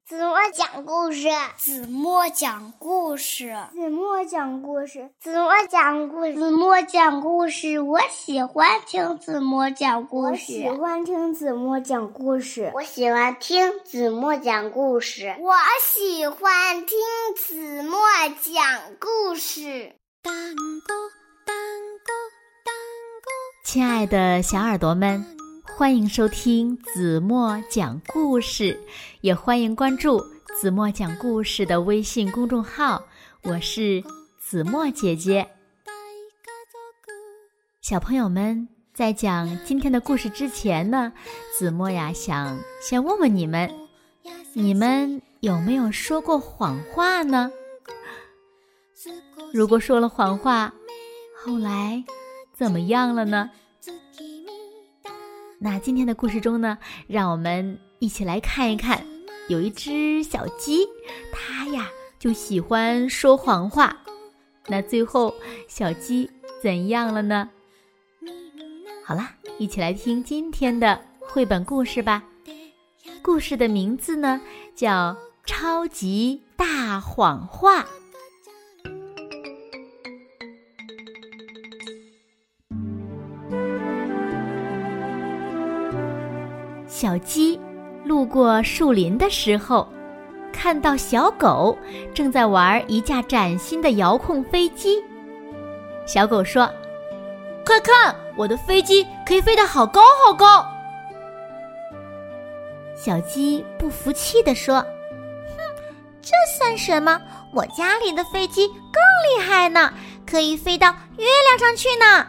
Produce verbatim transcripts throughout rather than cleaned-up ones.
子墨讲故事， 子墨讲故事， 子墨讲故事，子墨讲故事，子墨讲故事。我喜欢听子墨讲故事， 我喜欢听子墨讲故事， 我喜欢听子墨讲故事， 我喜欢听子墨讲故事。当当当当亲爱的小耳朵们，欢迎收听子墨讲故事，也欢迎关注子墨讲故事的微信公众号，我是子墨姐姐。小朋友们，在讲今天的故事之前呢，子墨呀想先问问你们，你们有没有说过谎话呢？如果说了谎话，后来怎么样了呢？那今天的故事中呢，让我们一起来看一看，有一只小鸡，它呀就喜欢说谎话。那最后小鸡怎样了呢？好啦，一起来听今天的绘本故事吧。故事的名字呢叫《超级大谎话》。小鸡路过树林的时候，看到小狗正在玩一架崭新的遥控飞机。小狗说：“快看，我的飞机可以飞得好高好高！”小鸡不服气地说：“ 哼，这算什么？我家里的飞机更厉害呢，可以飞到月亮上去呢。”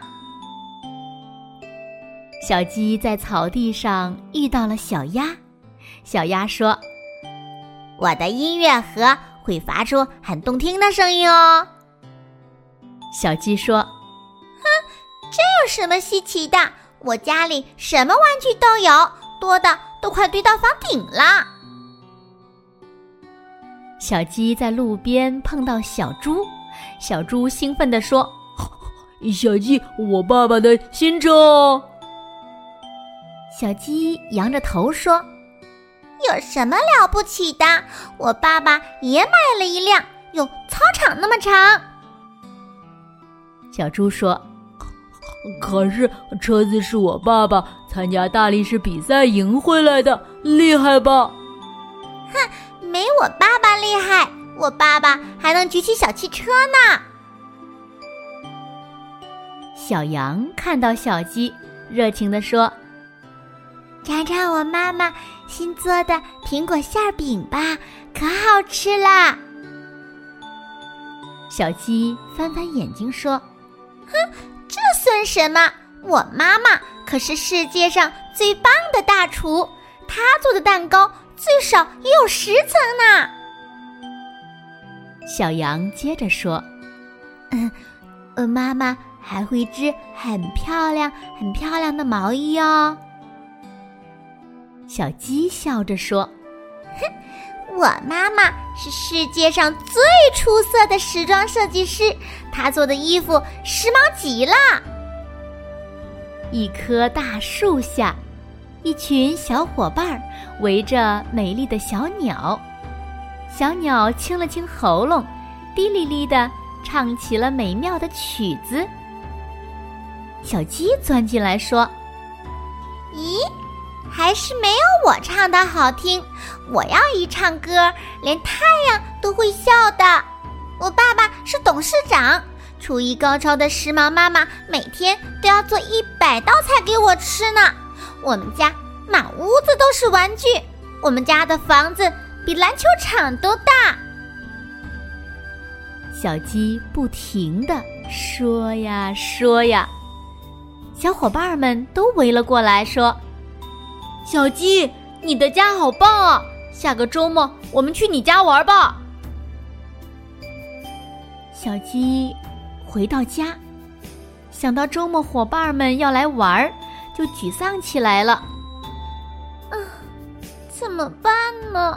小鸡在草地上遇到了小鸭，小鸭说：“ 我的音乐盒会发出很动听的声音哦。” 小鸡说：“ 哼，这有什么稀奇的？我家里什么玩具都有，多的都快堆到房顶了。” 小鸡在路边碰到小猪，小猪兴奋地说：“小鸡，我爸爸的新车哦！”小鸡扬着头说：“ 有什么了不起的？我爸爸也买了一辆，有操场那么长。” 小猪说：“可是车子是我爸爸参加大力士比赛赢回来的，厉害吧？” 哼，没我爸爸厉害，我爸爸还能举起小汽车呢。 小羊看到小鸡，热情地说：“ 尝尝我妈妈新做的苹果馅饼吧，可好吃了。” 小鸡翻翻眼睛说：“ 哼，这算什么？我妈妈可是世界上最棒的大厨，她做的蛋糕最少也有十层呢。” 小羊接着说：“ 嗯，我妈妈还会织很漂亮、很漂亮的毛衣哦。” 小鸡笑着说：“ 哼，我妈妈是世界上最出色的时装设计师，她做的衣服时髦极了。” 一棵大树下，一群小伙伴围着美丽的小鸟，小鸟清了清喉咙，滴哩哩地唱起了美妙的曲子。小鸡钻进来说：“ 咦，还是没有我唱的好听，我要一唱歌连太阳都会笑的。我爸爸是董事长，厨艺高超的时髦妈妈每天都要做一百道菜给我吃呢。我们家满屋子都是玩具，我们家的房子比篮球场都大。” 小鸡不停地说呀说呀，小伙伴们都围了过来说：“小鸡，你的家好棒啊！下个周末我们去你家玩吧。”小鸡回到家，想到周末伙伴们要来玩，就沮丧起来了。 啊，怎么办呢？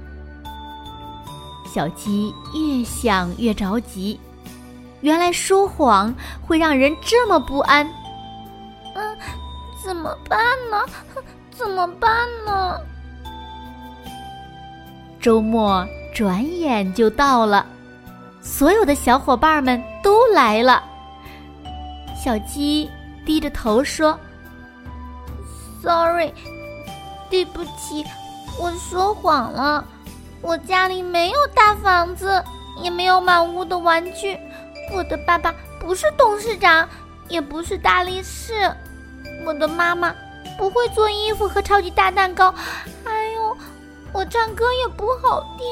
小鸡越想越着急，原来说谎会让人这么不安。 嗯，怎么办呢？怎么办呢？ 周末转眼就到了，所有的小伙伴们都来了。小鸡低着头说 Sorry， 对不起，我说谎了。我家里没有大房子，也没有满屋的玩具。我的爸爸不是董事长，也不是大力士。我的妈妈不会做衣服和超级大蛋糕。还有，我唱歌也不好听。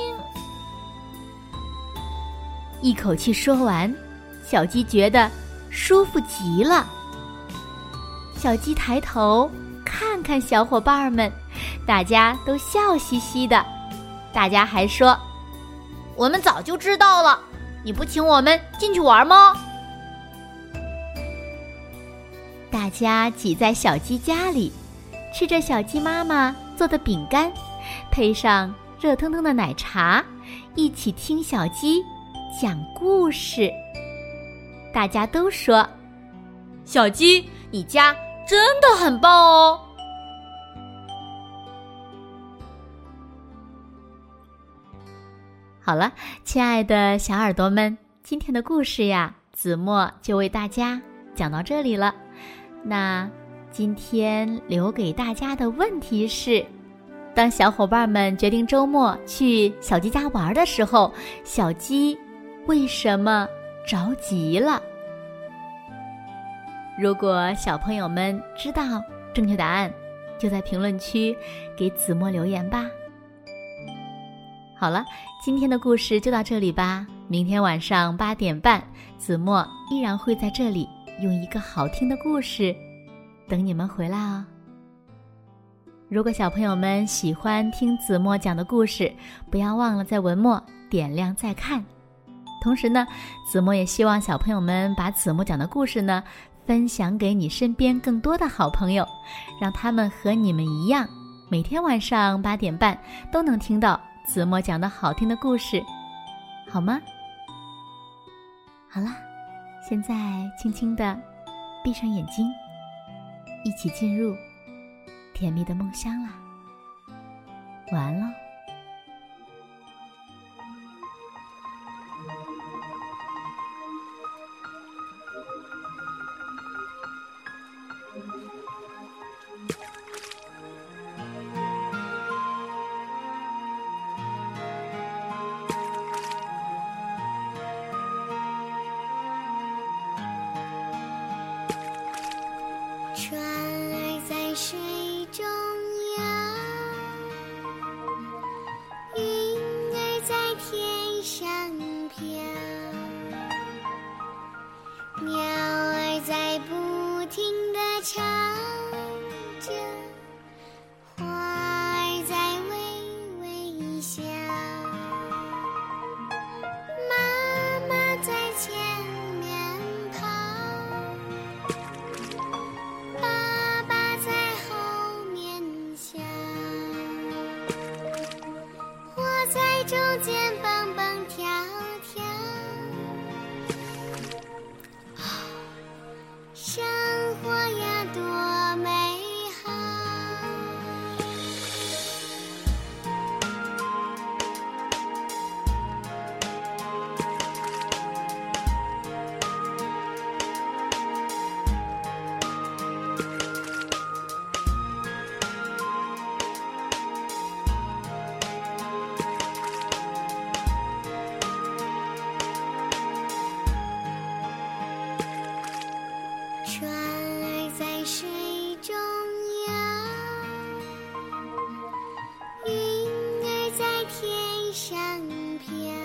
一口气说完，小鸡觉得舒服极了。小鸡抬头看看小伙伴们，大家都笑嘻嘻的。大家还说，我们早就知道了，你不请我们进去玩吗？大家挤在小鸡家里，吃着小鸡妈妈做的饼干，配上热腾腾的奶茶，一起听小鸡讲故事。大家都说，小鸡，你家真的很棒哦。好了，亲爱的小耳朵们，今天的故事呀，子墨就为大家讲到这里了。那今天留给大家的问题是，当小伙伴们决定周末去小鸡家玩的时候，小鸡为什么着急了？如果小朋友们知道正确答案，就在评论区给子墨留言吧。好了，今天的故事就到这里吧。明天晚上八点半，子墨依然会在这里用一个好听的故事等你们回来哦。如果小朋友们喜欢听子墨讲的故事，不要忘了在文末点亮再看。同时呢，子墨也希望小朋友们把子墨讲的故事呢分享给你身边更多的好朋友，让他们和你们一样，每天晚上八点半都能听到子墨讲的好听的故事，好吗？好啦，现在轻轻地闭上眼睛，一起进入甜蜜的梦乡啦。晚安喽。 船儿在水中摇，云儿在天上飘，鸟儿在不停地唱着，花儿在微微笑，妈妈在前面跑，爸爸在后面笑，我在中间蹦蹦跳跳，生活呀多美好。船儿在水中摇，云儿在天上飘。